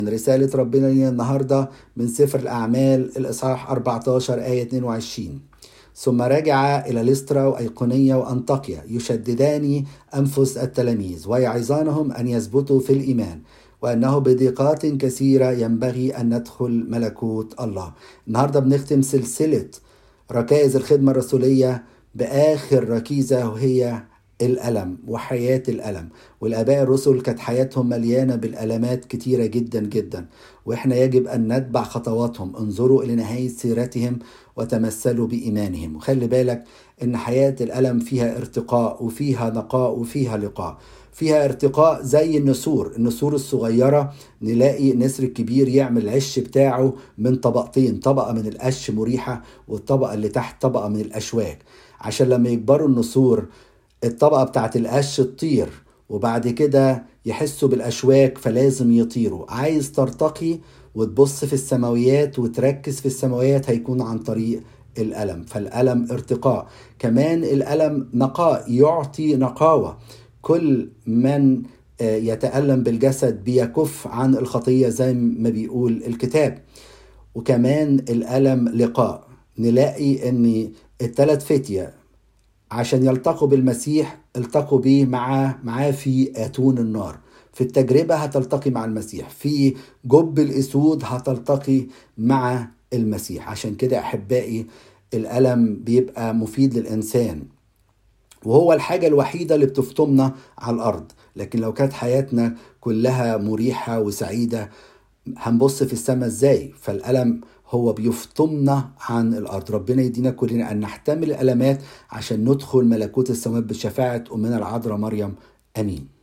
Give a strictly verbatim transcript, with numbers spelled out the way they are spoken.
رسالة ربنا لنا النهاردة من سفر الأعمال الإصحاح أربعة عشر آية اثنين وعشرين. ثم رجع إلى ليسترا وأيقونية وأنطاكيا يشددان أنفس التلاميذ ويعظانهم أن يثبتوا في الإيمان، وأنه بضيقات كثيرة ينبغي أن ندخل ملكوت الله. النهاردة بنختم سلسلة ركائز الخدمة الرسولية بآخر ركيزة، وهي الألم وحياة الألم. والآباء الرسل كانت حياتهم مليانة بالألمات كتيرة جدا جدا، وإحنا يجب أن نتبع خطواتهم. انظروا إلى نهاية سيرتهم وتمثلوا بإيمانهم. وخلي بالك إن حياة الألم فيها ارتقاء وفيها نقاء وفيها لقاء. فيها ارتقاء زي النسور النسور الصغيرة، نلاقي نسر الكبير يعمل العش بتاعه من طبقتين، طبقة من القش مريحة والطبقة اللي تحت طبقة من الأشواك، عشان لما يكبروا النسور الطبقة بتاعت القش تطير، وبعد كده يحسوا بالأشواك فلازم يطيروا. عايز ترتقي وتبص في السماويات وتركز في السماويات، هيكون عن طريق الألم. فالألم ارتقاء، كمان الألم نقاء، يعطي نقاوة. كل من يتألم بالجسد بيكف عن الخطية زي ما بيقول الكتاب. وكمان الألم لقاء، نلاقي ان الثلاث فتية عشان يلتقوا بالمسيح التقوا به معاه معاه في آتون النار. في التجربة هتلتقي مع المسيح، في جب الأسود هتلتقي مع المسيح. عشان كده أحبائي الألم بيبقى مفيد للإنسان، وهو الحاجة الوحيدة اللي بتفطمنا على الأرض. لكن لو كانت حياتنا كلها مريحة وسعيدة هنبص في السماء ازاي؟ فالألم هو بيفطمنا عن الأرض. ربنا يدينا كلنا أن نحتمل الألمات عشان ندخل ملكوت السماوات بشفاعة أمنا العذراء مريم. أمين.